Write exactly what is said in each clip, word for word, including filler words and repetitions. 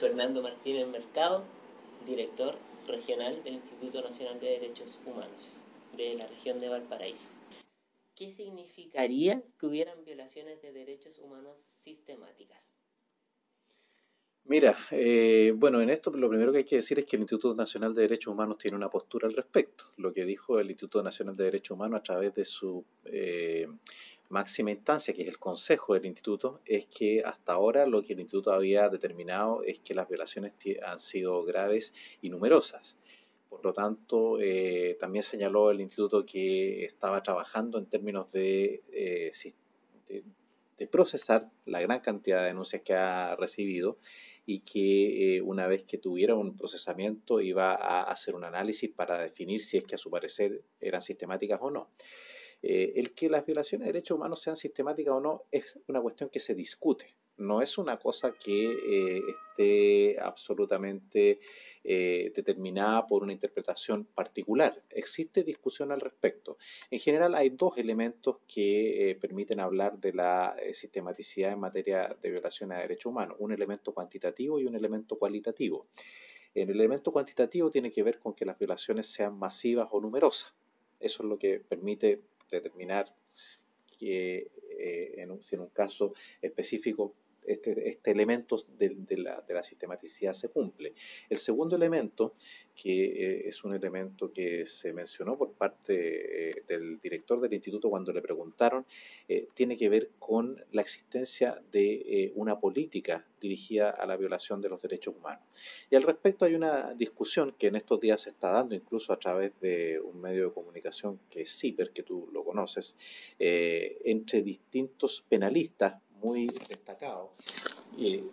Fernando Martínez Mercado, director regional del Instituto Nacional de Derechos Humanos de la región de Valparaíso. ¿Qué significaría que hubieran violaciones de derechos humanos sistemáticas? Mira, eh, bueno, en esto lo primero que hay que decir es que el Instituto Nacional de Derechos Humanos tiene una postura al respecto. Lo que dijo el Instituto Nacional de Derechos Humanos a través de su eh, máxima instancia, que es el Consejo del Instituto, es que hasta ahora lo que el Instituto había determinado es que las violaciones han sido graves y numerosas. Por lo tanto, eh, también señaló el Instituto que estaba trabajando en términos de, eh, de, de procesar la gran cantidad de denuncias que ha recibido y que eh, una vez que tuviera un procesamiento iba a hacer un análisis para definir si es que a su parecer eran sistemáticas o no. Eh, el que las violaciones de derechos humanos sean sistemáticas o no es una cuestión que se discute. No es una cosa que eh, esté absolutamente eh, determinada por una interpretación particular. Existe discusión al respecto. En general hay dos elementos que eh, permiten hablar de la eh, sistematicidad en materia de violaciones de derechos humanos. Un elemento cuantitativo y un elemento cualitativo. El elemento cuantitativo tiene que ver con que las violaciones sean masivas o numerosas. Eso es lo que permite determinar que eh, en un, si en un caso específico este, este elemento de, de, la, de la sistematicidad se cumple. El segundo elemento, que eh, es un elemento que se mencionó por parte eh, del director del instituto cuando le preguntaron, eh, tiene que ver con la existencia de eh, una política dirigida a la violación de los derechos humanos. Y al respecto hay una discusión que en estos días se está dando, incluso a través de un medio de comunicación que es CIPER, que tú lo conoces, eh, entre distintos penalistas muy destacados, eh,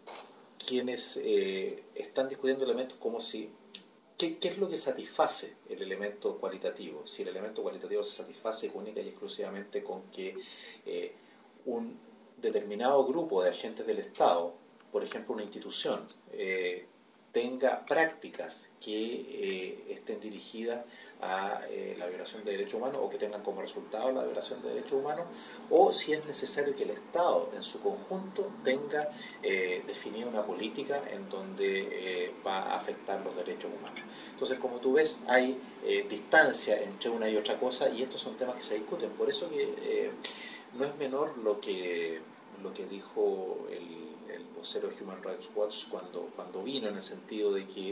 quienes eh, están discutiendo elementos como si ¿Qué, ¿Qué es lo que satisface el elemento cualitativo? Si el elemento cualitativo se satisface única y exclusivamente con que eh, un determinado grupo de agentes del Estado, por ejemplo una institución, eh, tenga prácticas que eh, estén dirigidas a eh, la violación de derechos humanos o que tengan como resultado la violación de derechos humanos, o si es necesario que el Estado en su conjunto tenga eh, definida una política en donde eh, va a afectar los derechos humanos. Entonces, como tú ves, hay eh, distancia entre una y otra cosa y estos son temas que se discuten. Por eso que eh, no es menor lo que, lo que dijo el el vocero de Human Rights Watch cuando, cuando vino, en el sentido de que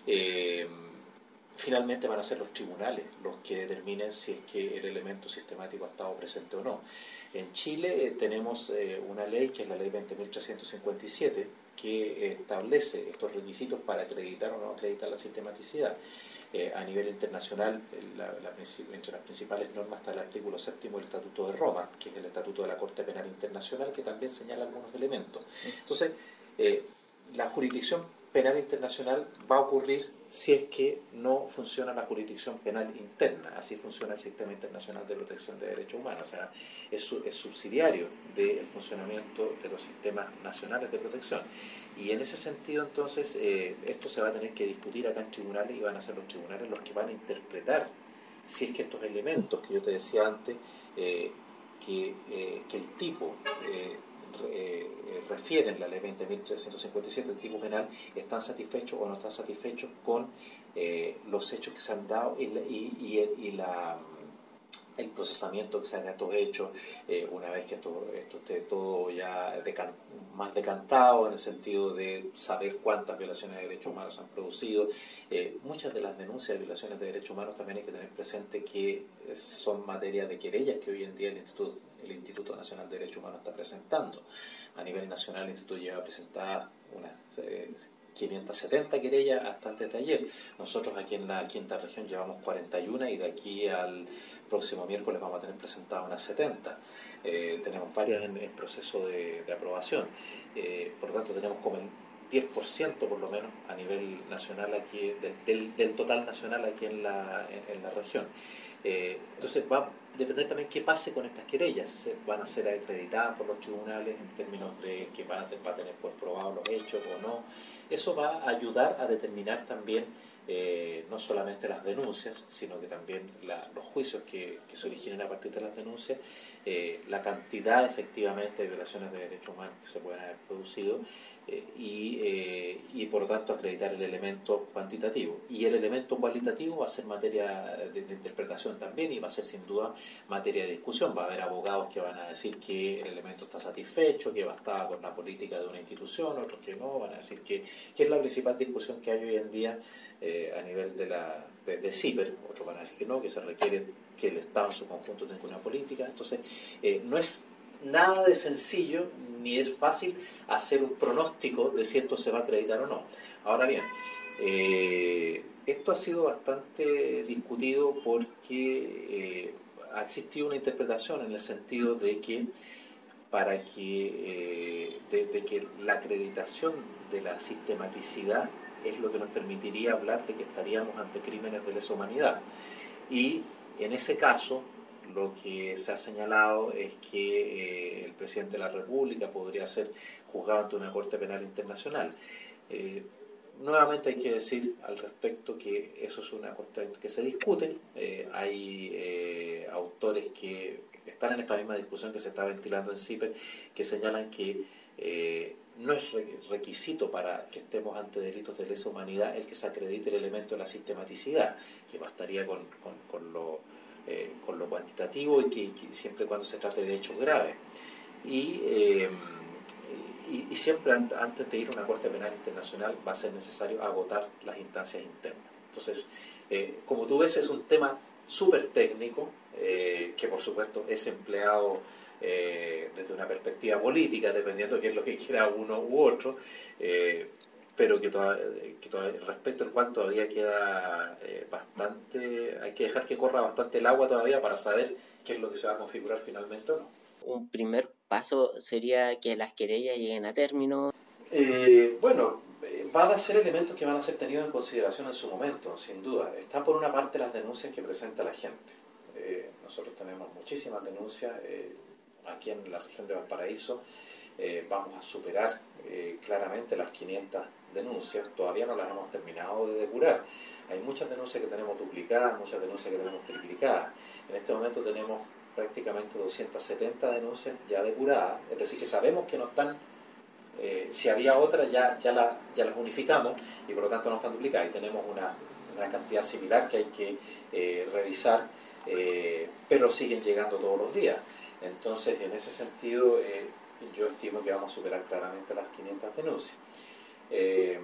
eh, finalmente van a ser los tribunales los que determinen si es que el elemento sistemático ha estado presente o no. En Chile eh, tenemos eh, una ley que es la ley veinte mil trescientos cincuenta y siete que establece estos requisitos para acreditar o no acreditar la sistematicidad. Eh, a nivel internacional, la, la, entre las principales normas está el artículo séptimo del Estatuto de Roma, que es el Estatuto de la Corte Penal Internacional, que también señala algunos elementos. Entonces, eh, la jurisdicción penal internacional va a ocurrir si es que no funciona la jurisdicción penal interna. Así funciona el Sistema Internacional de Protección de Derechos Humanos. O sea, es, es subsidiario del funcionamiento de los sistemas nacionales de protección. Y en ese sentido, entonces, eh, esto se va a tener que discutir acá en tribunales y van a ser los tribunales los que van a interpretar si es que estos elementos que yo te decía antes, eh, que, eh, que el tipo... Eh, Eh, refieren la ley veinte mil trescientos cincuenta y siete, el tipo penal, están satisfechos o no están satisfechos con eh, los hechos que se han dado y, la, y, y, y la, el procesamiento que se haga estos hechos, eh, una vez que esto, esto esté todo ya decan, más decantado, en el sentido de saber cuántas violaciones de derechos humanos se han producido. Eh, muchas de las denuncias de violaciones de derechos humanos también hay que tener presente que son materia de querellas que hoy en día el Instituto, el Instituto Nacional de Derechos Humanos está presentando. A nivel nacional el Instituto lleva presentadas unas eh, quinientas setenta querellas hasta antes de ayer. Nosotros aquí en la quinta región llevamos cuarenta y uno y de aquí al próximo miércoles vamos a tener presentadas unas setenta. Eh, tenemos varias en, en proceso de, de aprobación. Eh, por lo tanto, tenemos como el diez por ciento por lo menos a nivel nacional aquí, del, del, del total nacional aquí en la, en, en la región. Eh, entonces va a depender también qué pase con estas querellas. Van a ser acreditadas por los tribunales en términos de que van a, va a tener pues probados los hechos o no. Eso va a ayudar a determinar también eh, no solamente las denuncias, sino que también la, los juicios que, que se originen a partir de las denuncias, eh, la cantidad efectivamente de violaciones de derechos humanos que se pueden haber producido eh, y, eh, y por lo tanto acreditar el elemento cuantitativo. Y el elemento cualitativo va a ser materia de, de interpretación también y va a ser sin duda materia de discusión. Va a haber abogados que van a decir que el elemento está satisfecho, que bastaba con la política de una institución, otros que no, van a decir que, que es la principal discusión que hay hoy en día eh, a nivel de la de, de CIPER, otros van a decir que no, que se requiere que el Estado en su conjunto tenga una política. Entonces, eh, no es nada de sencillo ni es fácil hacer un pronóstico de si esto se va a acreditar o no. Ahora bien, eh, esto ha sido bastante discutido porque eh, ha existido una interpretación en el sentido de que para que, eh, de, de que la acreditación de la sistematicidad es lo que nos permitiría hablar de que estaríamos ante crímenes de lesa humanidad. Y en ese caso, lo que se ha señalado es que eh, el presidente de la República podría ser juzgado ante una Corte Penal Internacional. Eh, nuevamente hay que decir al respecto que eso es una cuestión que se discute. Eh, hay eh, autores que están en esta misma discusión que se está ventilando en CIPER, que señalan que eh, no es requisito para que estemos ante delitos de lesa humanidad el que se acredite el elemento de la sistematicidad, que bastaría con, con, con lo Eh, con lo cuantitativo y que, que siempre y cuando se trate de hechos graves. Y, eh, y, y siempre antes de ir a una Corte Penal Internacional va a ser necesario agotar las instancias internas. Entonces, eh, como tú ves, es un tema súper técnico, eh, que por supuesto es empleado eh, desde una perspectiva política, dependiendo de qué es lo que quiera uno u otro, eh, pero que, toda, que toda, respecto al cual todavía queda eh, bastante, hay que dejar que corra bastante el agua todavía para saber qué es lo que se va a configurar finalmente o no. Un primer paso sería que las querellas lleguen a término. Eh, bueno, eh, van a ser elementos que van a ser tenidos en consideración en su momento, sin duda. Están por una parte las denuncias que presenta la gente. Eh, nosotros tenemos muchísimas denuncias eh, aquí en la región de Valparaíso. Eh, vamos a superar eh, claramente las quinientas denuncias, todavía no las hemos terminado de depurar. Hay muchas denuncias que tenemos duplicadas, muchas denuncias que tenemos triplicadas. En este momento tenemos prácticamente doscientas setenta denuncias ya depuradas, es decir, que sabemos que no están, eh, si había otras ya, ya, la, ya las unificamos y por lo tanto no están duplicadas, y tenemos una, una cantidad similar que hay que eh, revisar, eh, pero siguen llegando todos los días. Entonces, en ese sentido, eh, yo estimo que vamos a superar claramente las quinientas denuncias. Eh,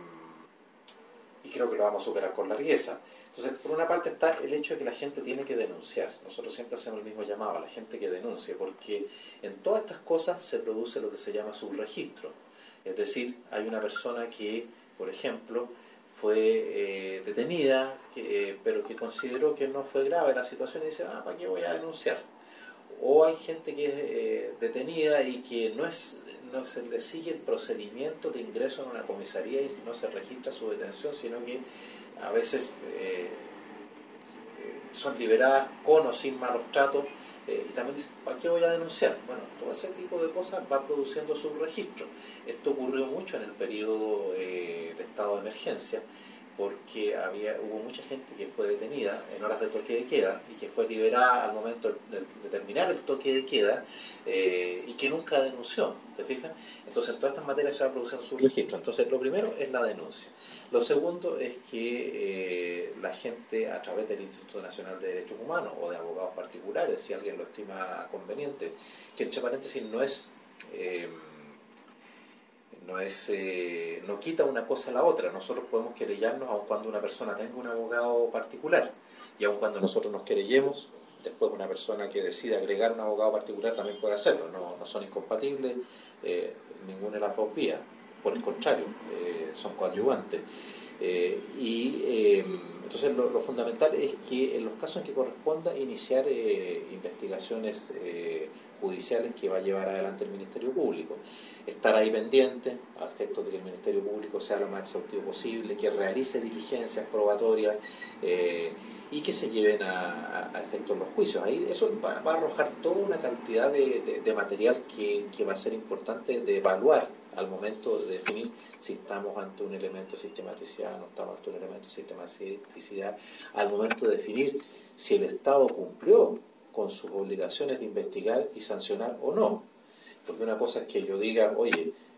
y creo que lo vamos a superar con largueza. Entonces, por una parte está el hecho de que la gente tiene que denunciar. Nosotros siempre hacemos el mismo llamado a la gente que denuncie, porque en todas estas cosas se produce lo que se llama subregistro. Es decir, hay una persona que, por ejemplo, fue eh, detenida, que, eh, pero que consideró que no fue grave la situación y dice, ah, ¿para qué voy a denunciar? O hay gente que es eh, detenida y que no, es, no se le sigue el procedimiento de ingreso en una comisaría y no se registra su detención, sino que a veces eh, son liberadas con o sin malos tratos, eh, y también dicen, ¿para qué voy a denunciar? Bueno, todo ese tipo de cosas va produciendo subregistro. Esto ocurrió mucho en el periodo eh, de estado de emergencia, porque había, hubo mucha gente que fue detenida en horas de toque de queda y que fue liberada al momento de, de terminar el toque de queda, eh, y que nunca denunció, ¿te fijas? Entonces en todas estas materias se va a producir un subregistro. Entonces lo primero es la denuncia. Lo segundo es que eh, la gente, a través del Instituto Nacional de Derechos Humanos o de abogados particulares, si alguien lo estima conveniente, que entre paréntesis no es... Eh, No, es, eh, no quita una cosa a la otra. Nosotros podemos querellarnos aun cuando una persona tenga un abogado particular, y aun cuando nosotros nos querellemos, después una persona que decida agregar un abogado particular también puede hacerlo. No, no son incompatibles eh, ninguna de las dos vías, por el contrario, eh, son coadyuvantes. Eh, y eh, entonces lo, lo fundamental es que en los casos en que corresponda iniciar eh, investigaciones eh, judiciales que va a llevar adelante el Ministerio Público, estar ahí pendiente a efectos de que el Ministerio Público sea lo más exhaustivo posible, que realice diligencias probatorias eh, y que se lleven a, a, a efectos los juicios. Ahí eso va, va a arrojar toda una cantidad de, de, de material que, que va a ser importante de evaluar al momento de definir si estamos ante un elemento de sistematicidad, no estamos ante un elemento de sistematicidad, al momento de definir si el Estado cumplió con sus obligaciones de investigar y sancionar o no. Porque una cosa es que yo diga, oye,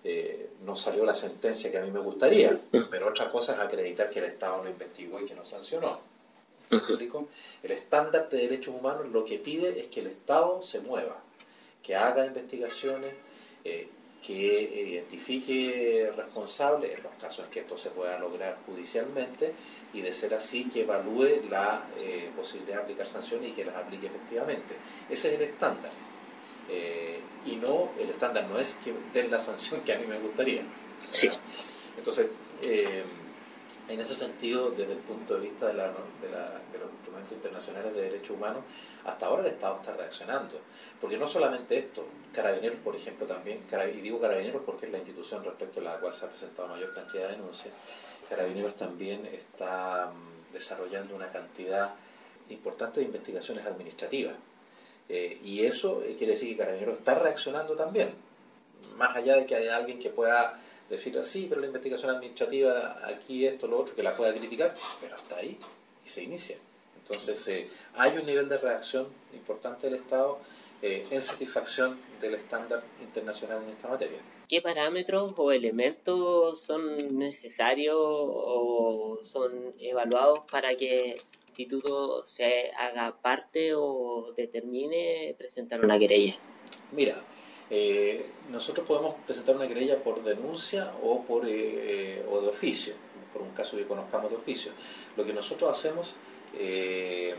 eh, no salió la sentencia que a mí me gustaría, pero otra cosa es acreditar que el Estado no investigó y que no sancionó. ¿Me explico? El estándar de derechos humanos lo que pide es que el Estado se mueva, que haga investigaciones, eh, que identifique responsables, en los casos en que esto se pueda lograr judicialmente, y de ser así que evalúe la eh, posibilidad de aplicar sanciones y que las aplique efectivamente. Ese es el estándar. Eh, y no, el estándar no es que den la sanción que a mí me gustaría. Sí. Entonces, eh, en ese sentido, desde el punto de vista de, la, de, la, de los instrumentos internacionales de derechos humanos, hasta ahora el Estado está reaccionando. Porque no solamente esto, Carabineros, por ejemplo, también, y digo Carabineros porque es la institución respecto a la cual se ha presentado mayor cantidad de denuncias, Carabineros también está um, desarrollando una cantidad importante de investigaciones administrativas. Eh, y eso eh, quiere decir que Carabineros está reaccionando también, más allá de que haya alguien que pueda decir así, pero la investigación administrativa, aquí esto, lo otro, que la pueda criticar, pero hasta ahí y se inicia. Entonces eh, hay un nivel de reacción importante del Estado eh, en satisfacción del estándar internacional en esta materia. ¿Qué parámetros o elementos son necesarios o son evaluados para que el instituto se haga parte o determine presentar una querella? Mira, eh, nosotros podemos presentar una querella por denuncia o por eh, o de oficio, por un caso que conozcamos de oficio. Lo que nosotros hacemos eh,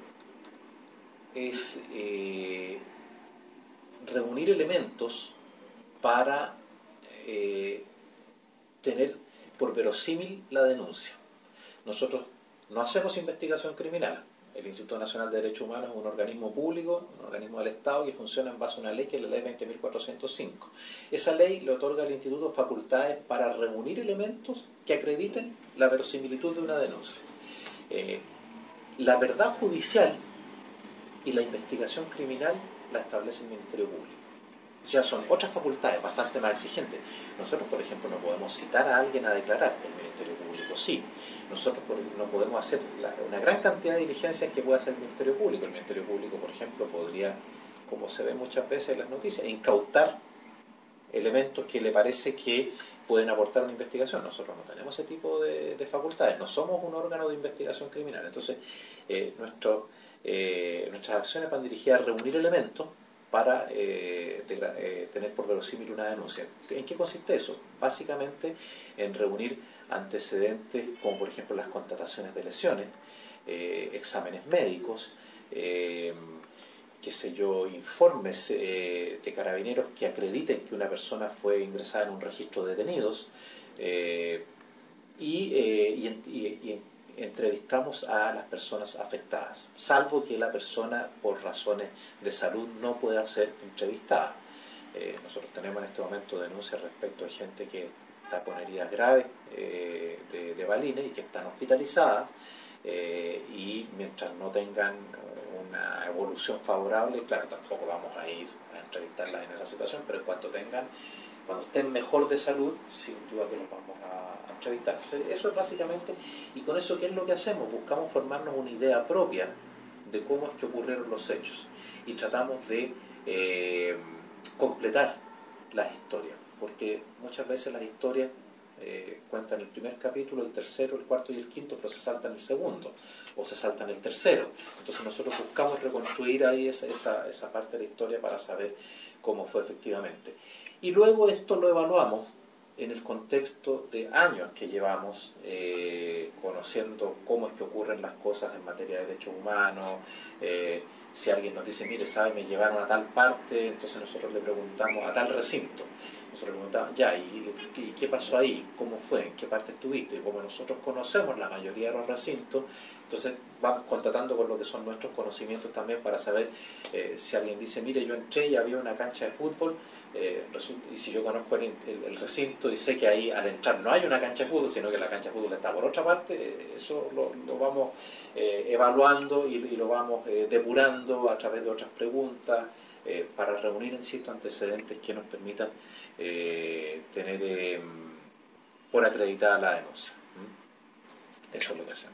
es eh, reunir elementos para eh, tener por verosímil la denuncia. Nosotros no hacemos investigación criminal. El Instituto Nacional de Derechos Humanos es un organismo público, un organismo del Estado que funciona en base a una ley que es la ley veinte mil cuatrocientos cinco. Esa ley le otorga al Instituto facultades para reunir elementos que acrediten la verosimilitud de una denuncia. Eh, la verdad judicial y la investigación criminal la establece el Ministerio Público. O sea, son otras facultades bastante más exigentes. Nosotros, por ejemplo, no podemos citar a alguien a declarar, el Ministerio Público sí. Nosotros no podemos hacer la, una gran cantidad de diligencias que puede hacer el Ministerio Público. El Ministerio Público, por ejemplo, podría, como se ve muchas veces en las noticias, incautar elementos que le parece que pueden aportar una investigación. Nosotros no tenemos ese tipo de, de facultades, no somos un órgano de investigación criminal. Entonces, eh, nuestro, eh, nuestras acciones van dirigidas a reunir elementos para eh, de, eh, tener por verosímil una denuncia. ¿En qué consiste eso? Básicamente en reunir antecedentes como por ejemplo las constataciones de lesiones, eh, exámenes médicos, eh, qué sé yo, informes eh, de carabineros que acrediten que una persona fue ingresada en un registro de detenidos, eh, y, eh, y, y, y entrevistamos a las personas afectadas, salvo que la persona por razones de salud no pueda ser entrevistada. Eh, nosotros tenemos en este momento denuncias respecto a gente que está con heridas graves eh, de, de balines y que están hospitalizadas, eh, y mientras no tengan una evolución favorable, claro, tampoco vamos a ir a entrevistarlas en esa situación, pero en cuanto tengan, cuando estén mejor de salud, sin duda que los vamos a, a entrevistar. Entonces, eso es básicamente, y con eso, ¿qué es lo que hacemos? Buscamos formarnos una idea propia de cómo es que ocurrieron los hechos y tratamos de eh, completar las historias, porque muchas veces las historias eh, cuentan el primer capítulo, el tercero, el cuarto y el quinto, pero se saltan el segundo o se saltan el tercero. Entonces nosotros buscamos reconstruir ahí esa, esa, esa parte de la historia para saber cómo fue efectivamente. Y luego esto lo evaluamos en el contexto de años que llevamos eh, conociendo cómo es que ocurren las cosas en materia de derechos humanos. Eh, si alguien nos dice, mire, sabe, me llevaron a tal parte, entonces nosotros le preguntamos, a tal recinto. Nosotros le preguntamos, ya, ¿y, ¿y qué pasó ahí? ¿Cómo fue? ¿En qué parte estuviste? Y como nosotros conocemos la mayoría de los recintos, entonces vamos contratando con lo que son nuestros conocimientos también para saber eh, si alguien dice, mire, yo entré y había una cancha de fútbol, eh, resulta, y si yo conozco el, el, el recinto y sé que ahí al entrar no hay una cancha de fútbol, sino que la cancha de fútbol está por otra parte, eh, eso lo, lo vamos eh, evaluando y, y lo vamos eh, depurando a través de otras preguntas, eh, para reunir, insisto, antecedentes que nos permitan eh, tener eh, por acreditada la denuncia. ¿Mm? Eso es lo que hacemos.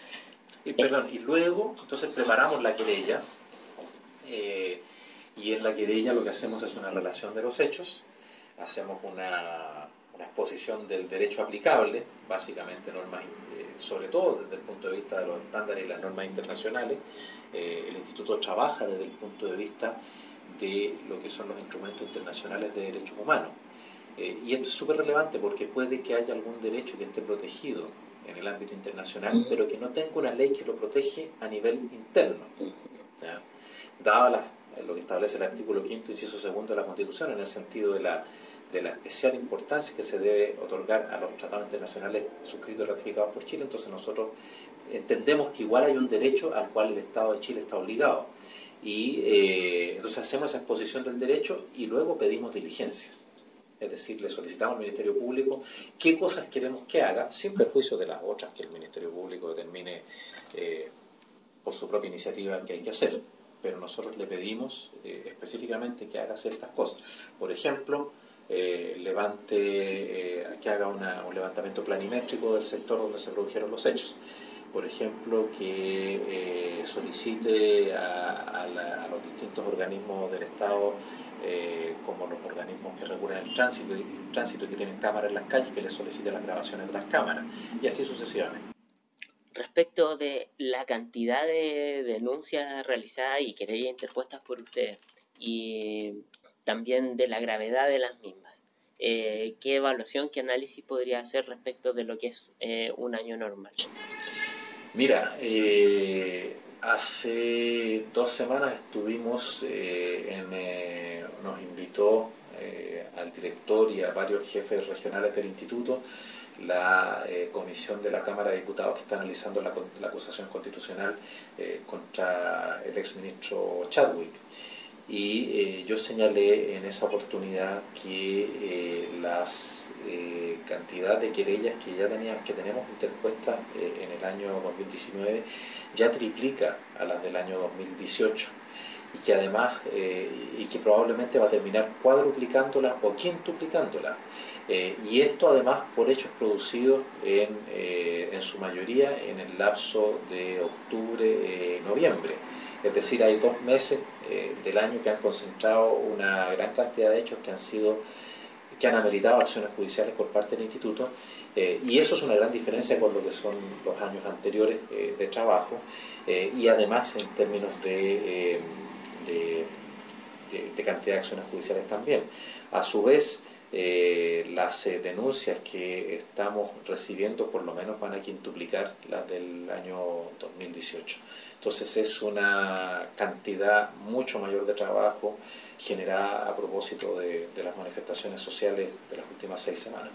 Y, perdón, y luego, entonces preparamos la querella, eh, y en la querella lo que hacemos es una relación de los hechos, hacemos una, una exposición del derecho aplicable, básicamente normas, eh, sobre todo desde el punto de vista de los estándares y las normas internacionales. Eh, el Instituto trabaja desde el punto de vista de lo que son los instrumentos internacionales de derechos humanos. Eh, y esto es súper relevante porque puede que haya algún derecho que esté protegido en el ámbito internacional, uh-huh. pero que no tenga una ley que lo protege a nivel interno. ¿Ya? Dada la, lo que establece el artículo quinto, inciso segundo de la Constitución, en el sentido de la, de la especial importancia que se debe otorgar a los tratados internacionales suscritos y ratificados por Chile, entonces nosotros entendemos que igual hay un derecho al cual el Estado de Chile está obligado. Y eh, entonces hacemos esa exposición del derecho y luego pedimos diligencias. Es decir, le solicitamos al Ministerio Público qué cosas queremos que haga, sin perjuicio de las otras que el Ministerio Público determine eh, por su propia iniciativa que hay que hacer. Pero nosotros le pedimos eh, específicamente que haga ciertas cosas. Por ejemplo, eh, levante, eh, que haga una, un levantamiento planimétrico del sector donde se produjeron los hechos. Por ejemplo, que eh, solicite a, a, la, a los distintos organismos del Estado, eh, como los organismos que regulan el tránsito, el tránsito y que tienen cámaras en las calles, que les solicite las grabaciones de las cámaras, y así sucesivamente. Respecto de la cantidad de denuncias realizadas y querellas interpuestas por ustedes, y también de la gravedad de las mismas, eh, ¿qué evaluación, qué análisis podría hacer respecto de lo que es eh, un año normal? Mira, eh, hace dos semanas estuvimos, eh, en, eh, nos invitó eh, al director y a varios jefes regionales del instituto la eh, comisión de la Cámara de Diputados que está analizando la, la acusación constitucional eh, contra el exministro Chadwick. Y eh, yo señalé en esa oportunidad que eh, las eh, cantidad de querellas que ya teníamos, que tenemos interpuestas eh, en el año dos mil diecinueve ya triplica a las del año dos mil dieciocho, y que además eh, y que probablemente va a terminar cuadruplicándolas o quintuplicándolas. Eh, y esto además por hechos producidos en, eh, en su mayoría en el lapso de octubre-noviembre. Eh, es decir, hay dos meses eh, del año que han concentrado una gran cantidad de hechos que han sido, que han ameritado acciones judiciales por parte del instituto, eh, y eso es una gran diferencia con lo que son los años anteriores eh, de trabajo, eh, y además en términos de, eh, de, de, de cantidad de acciones judiciales también. A su vez, Eh, las eh, denuncias que estamos recibiendo por lo menos van a quintuplicar las del año dos mil dieciocho. Entonces es una cantidad mucho mayor de trabajo generada a propósito de, de las manifestaciones sociales de las últimas seis semanas.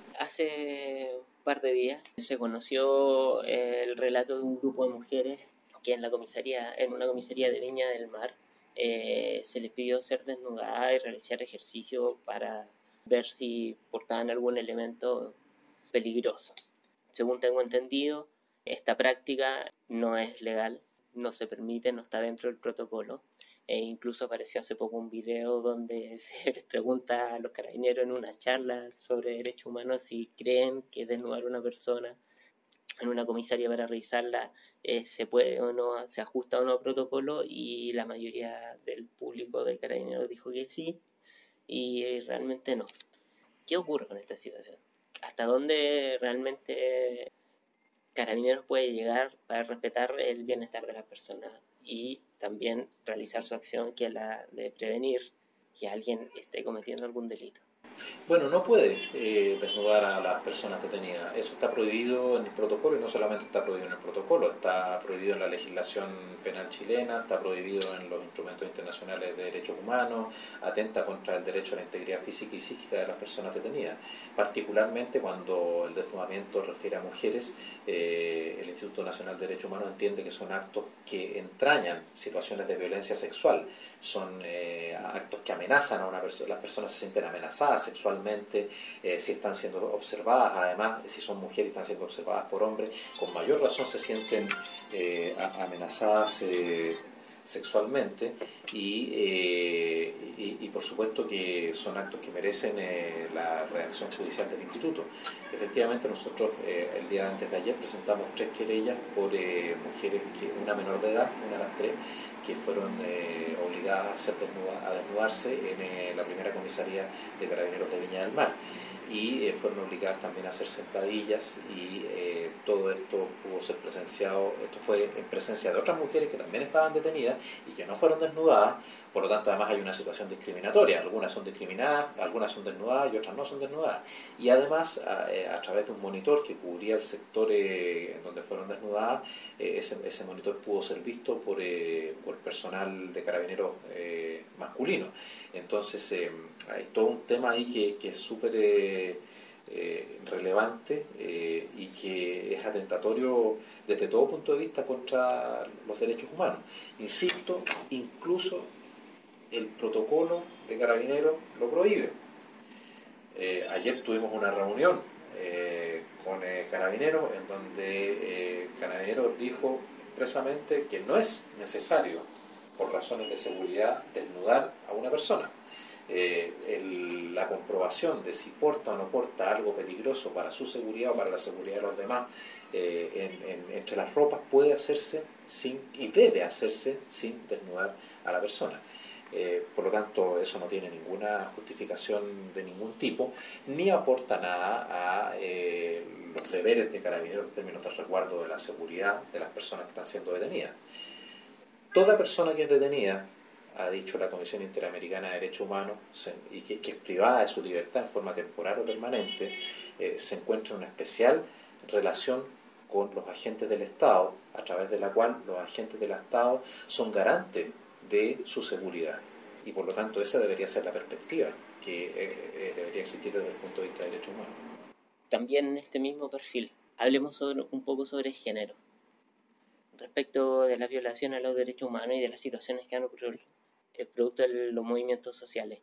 Hace un par de días se conoció el relato de un grupo de mujeres que en la comisaría, en una comisaría de Viña del Mar, eh, se les pidió ser desnudadas y realizar ejercicio para ver si portaban algún elemento peligroso. Según tengo entendido, esta práctica no es legal, no se permite, no está dentro del protocolo. E incluso apareció hace poco un video donde se les pregunta a los carabineros en una charla sobre derechos humanos si creen que desnudar a una persona en una comisaría para revisarla eh, se puede o no, se ajusta o no al protocolo, y la mayoría del público de carabineros dijo que sí, y realmente no. ¿Qué ocurre con esta situación? ¿Hasta dónde realmente Carabineros puede llegar para respetar el bienestar de las personas y también realizar su acción, que es la de prevenir que alguien esté cometiendo algún delito? Bueno, no puede eh, desnudar a las personas detenidas. Eso está prohibido en el protocolo, y no solamente está prohibido en el protocolo, está prohibido en la legislación penal chilena, está prohibido en los instrumentos internacionales de derechos humanos, atenta contra el derecho a la integridad física y psíquica de las personas detenidas. Particularmente cuando el desnudamiento refiere a mujeres, eh, el Instituto Nacional de Derechos Humanos entiende que son actos que entrañan situaciones de violencia sexual, son eh, actos que amenazan a una persona, las personas se sienten amenazadas sexualmente, eh, si están siendo observadas, además si son mujeres y están siendo observadas por hombres, con mayor razón se sienten eh, amenazadas eh, sexualmente y, eh, y, y por supuesto que son actos que merecen eh, la reacción judicial del instituto. Efectivamente nosotros eh, el día antes de ayer presentamos tres querellas por eh, mujeres, que una menor de edad, una de las tres, que fueron eh, obligadas a, hacer desnuda, a desnudarse en eh, la primera comisaría de Carabineros de Viña del Mar y eh, fueron obligadas también a hacer sentadillas y eh, todo esto pudo ser presenciado, esto fue en presencia de otras mujeres que también estaban detenidas y que no fueron desnudadas, por lo tanto además hay una situación discriminatoria, algunas son discriminadas, algunas son desnudadas y otras no son desnudadas, y además a, a través de un monitor que cubría el sector eh, en donde fueron desnudadas, eh, ese, ese monitor pudo ser visto por, eh, por personal de Carabineros eh, masculino. Entonces eh, hay todo un tema ahí que, que es súper eh, eh, relevante eh, y que es atentatorio desde todo punto de vista contra los derechos humanos. Insisto, incluso el protocolo de Carabineros lo prohíbe. Eh, ayer tuvimos una reunión eh, con eh, Carabineros en donde eh, Carabineros dijo expresamente que no es necesario, por razones de seguridad, desnudar a una persona. Eh, el, la comprobación de si porta o no porta algo peligroso para su seguridad o para la seguridad de los demás eh, en, en, entre las ropas puede hacerse sin, y debe hacerse sin desnudar a la persona. Eh, por lo tanto, eso no tiene ninguna justificación de ningún tipo, ni aporta nada a eh, los deberes de Carabineros en términos de resguardo de la seguridad de las personas que están siendo detenidas. Toda persona que es detenida, ha dicho la Comisión Interamericana de Derechos Humanos, se, y que, que es privada de su libertad en forma temporal o permanente, eh, se encuentra en una especial relación con los agentes del Estado, a través de la cual los agentes del Estado son garantes de su seguridad. Y por lo tanto esa debería ser la perspectiva que eh, eh, debería existir desde el punto de vista de derechos humanos. También en este mismo perfil, hablemos sobre, un poco sobre género. Respecto de la violación a los derechos humanos y de las situaciones que han ocurrido eh, producto de los movimientos sociales.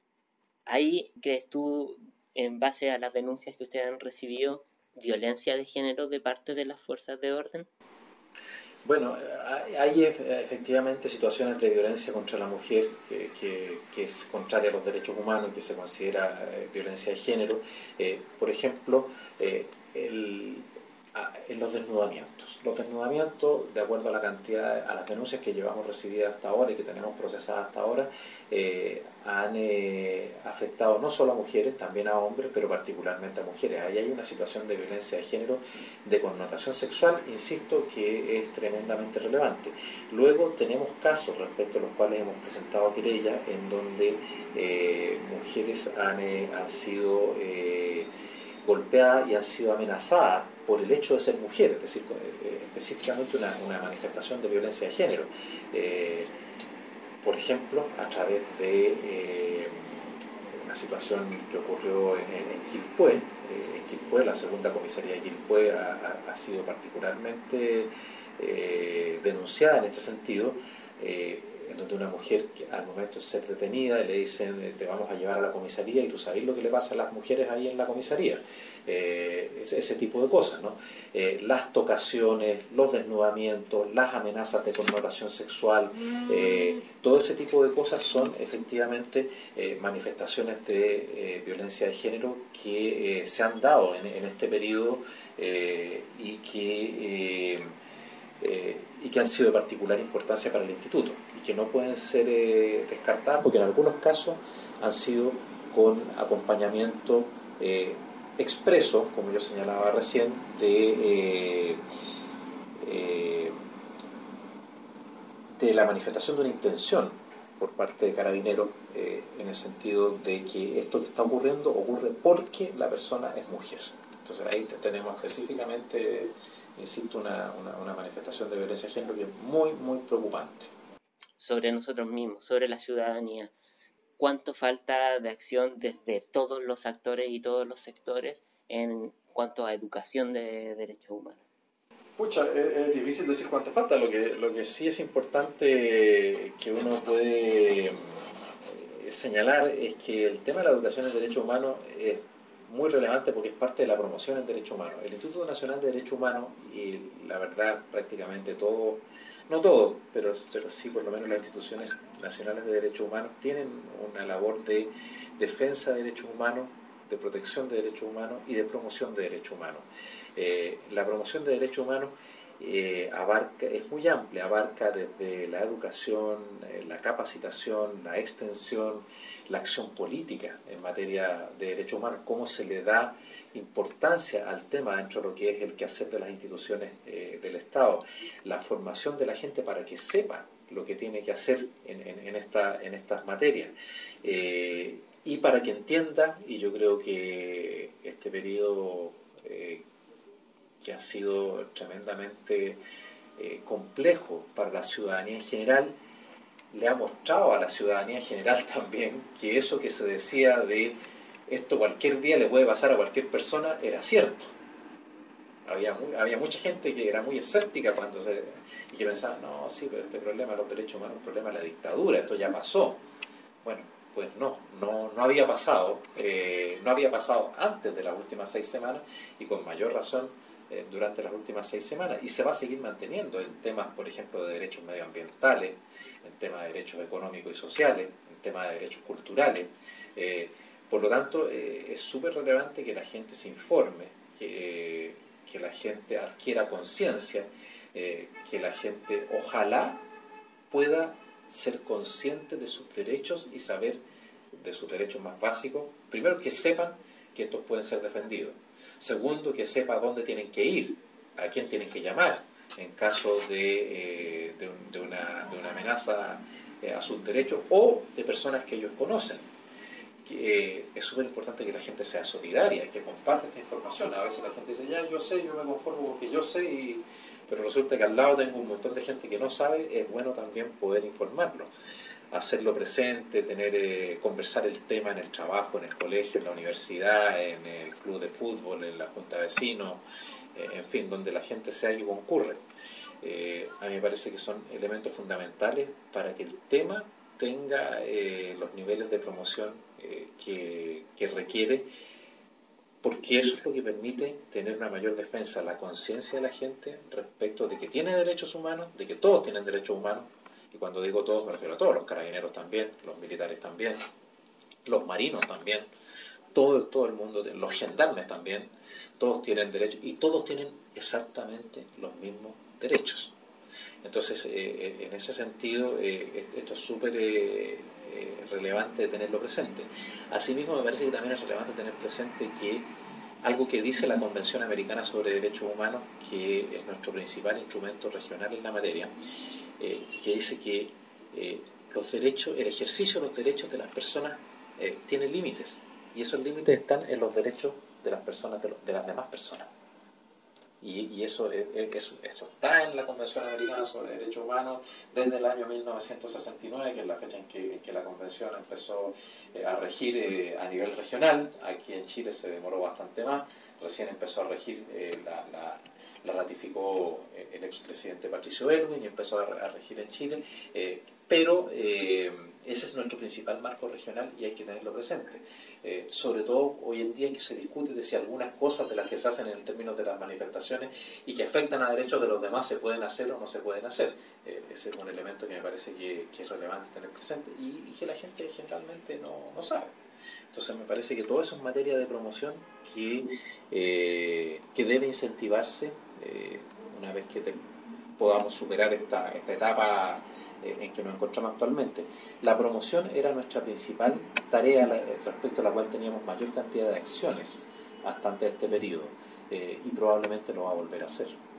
¿Ahí crees tú, en base a las denuncias que ustedes han recibido, violencia de género de parte de las fuerzas de orden? Bueno, hay efectivamente situaciones de violencia contra la mujer que, que, que es contraria a los derechos humanos y que se considera eh, violencia de género. Eh, por ejemplo, eh, el, a, en los desnudamientos. Los desnudamientos, de acuerdo a la cantidad, a las denuncias que llevamos recibidas hasta ahora y que tenemos procesadas hasta ahora, eh, han eh, afectado no solo a mujeres, también a hombres, pero particularmente a mujeres. Ahí hay una situación de violencia de género de connotación sexual, insisto, que es tremendamente relevante. Luego tenemos casos respecto a los cuales hemos presentado querellas en donde eh, mujeres han, eh, han sido eh, golpeadas y han sido amenazadas por el hecho de ser mujeres, es decir, eh, específicamente una, una manifestación de violencia de género. Eh, por ejemplo, a través de eh, una situación que ocurrió en, en Quilpué. Eh, en Quilpué, la segunda comisaría de Quilpué ha, ha, ha sido particularmente eh, denunciada en este sentido, eh, en donde una mujer que al momento de ser detenida le dicen te vamos a llevar a la comisaría y tú sabes lo que le pasa a las mujeres ahí en la comisaría. Eh, ese, ese tipo de cosas, ¿no? Eh, las tocaciones, los desnudamientos, las amenazas de connotación sexual, eh, todo ese tipo de cosas son efectivamente eh, manifestaciones de eh, violencia de género que eh, se han dado en, en este periodo eh, y que eh, Eh, y que han sido de particular importancia para el instituto y que no pueden ser eh, descartadas porque en algunos casos han sido con acompañamiento eh, expreso, como yo señalaba recién, de, eh, eh, de la manifestación de una intención por parte de Carabineros eh, en el sentido de que esto que está ocurriendo ocurre porque la persona es mujer. Entonces ahí tenemos específicamente, insisto, una, una, una manifestación de violencia de género que es muy, muy preocupante. Sobre nosotros mismos, sobre la ciudadanía, ¿cuánto falta de acción desde todos los actores y todos los sectores en cuanto a educación de derechos humanos? Pucha, es, es difícil decir cuánto falta. Lo que, lo que sí es importante que uno puede señalar es que el tema de la educación en derechos humanos es muy relevante porque es parte de la promoción en derechos humanos. El Instituto Nacional de Derechos Humanos y la verdad prácticamente todo, No todo, pero, pero sí por lo menos las instituciones nacionales de derechos humanos tienen una labor de defensa de derechos humanos, de protección de derechos humanos y de promoción de derechos humanos. Eh, la promoción de derechos humanos eh, abarca, es muy amplia, abarca desde la educación, eh, la capacitación, la extensión, la acción política en materia de derechos humanos, cómo se le da importancia al tema dentro de lo que es el quehacer de las instituciones eh, del Estado, la formación de la gente para que sepa lo que tiene que hacer en, en, en, esta, en estas materias. Eh, y para que entienda, y yo creo que este periodo eh, que ha sido tremendamente eh, complejo para la ciudadanía en general, le ha mostrado a la ciudadanía en general también que eso que se decía de esto cualquier día le puede pasar a cualquier persona era cierto. Había, muy, había mucha gente que era muy escéptica cuando se, y que pensaba, no, sí, pero este problema de los derechos humanos es un problema de la dictadura, esto ya pasó. Bueno, pues no, no, no había pasado, eh, no había pasado antes de las últimas seis semanas y con mayor razón eh, durante las últimas seis semanas, y se va a seguir manteniendo en temas, por ejemplo, de derechos medioambientales, en temas de derechos económicos y sociales, en temas de derechos culturales. Eh, por lo tanto, eh, es súper relevante que la gente se informe, que, eh, que la gente adquiera conciencia, eh, que la gente ojalá pueda ser consciente de sus derechos y saber de sus derechos más básicos. Primero, que sepan que estos pueden ser defendidos. Segundo, que sepa dónde tienen que ir, a quién tienen que llamar en caso de, eh, de, un, de, una, de una amenaza eh, a sus derechos o de personas que ellos conocen. Que, eh, es súper importante que la gente sea solidaria, que comparte esta información. A veces la gente dice, ya, yo sé, yo me conformo con que yo sé, y, pero resulta que al lado tengo un montón de gente que no sabe. Es bueno también poder informarlo, hacerlo presente, tener eh, conversar el tema en el trabajo, en el colegio, en la universidad, en el club de fútbol, en la junta de vecinos, eh, en fin, donde la gente sea y concurre. Eh, a mí me parece que son elementos fundamentales para que el tema tenga eh, los niveles de promoción eh, que, que requiere, porque eso es lo que permite tener una mayor defensa, la conciencia de la gente respecto de que tiene derechos humanos, de que todos tienen derechos humanos. Y cuando digo todos me refiero a todos, los carabineros también, los militares también, los marinos también, todo, todo el mundo, los gendarmes también, todos tienen derechos y todos tienen exactamente los mismos derechos. Entonces, eh, en ese sentido, eh, esto es súper eh, eh, relevante tenerlo presente. Asimismo, me parece que también es relevante tener presente que algo que dice la Convención Americana sobre Derechos Humanos, que es nuestro principal instrumento regional en la materia, eh, que dice que eh, los derechos, el ejercicio de los derechos de las personas eh, tiene límites, y esos límites están en los derechos de las personas, de, lo, de las demás personas. Y, y eso, es, eso, eso está en la Convención Americana sobre Derechos Humanos desde el año mil novecientos sesenta y nueve, que es la fecha en que, en que la Convención empezó eh, a regir eh, a nivel regional. Aquí en Chile se demoró bastante más, recién empezó a regir, eh, la, la, la ratificó el expresidente Patricio Aylwin y empezó a, a regir en Chile, eh, pero eh, ese es nuestro principal marco regional y hay que tenerlo presente. Eh, sobre todo hoy en día en que se discute de si algunas cosas de las que se hacen en términos de las manifestaciones y que afectan a derechos de los demás se pueden hacer o no se pueden hacer. Eh, ese es un elemento que me parece que, que es relevante tener presente y, y que la gente generalmente no, no sabe. Entonces me parece que todo eso es materia de promoción que, eh, que debe incentivarse eh, una vez que te, podamos superar esta, esta etapa en que nos encontramos actualmente. La promoción era nuestra principal tarea respecto a la cual teníamos mayor cantidad de acciones hasta antes de este periodo, eh, y probablemente lo va a volver a hacer.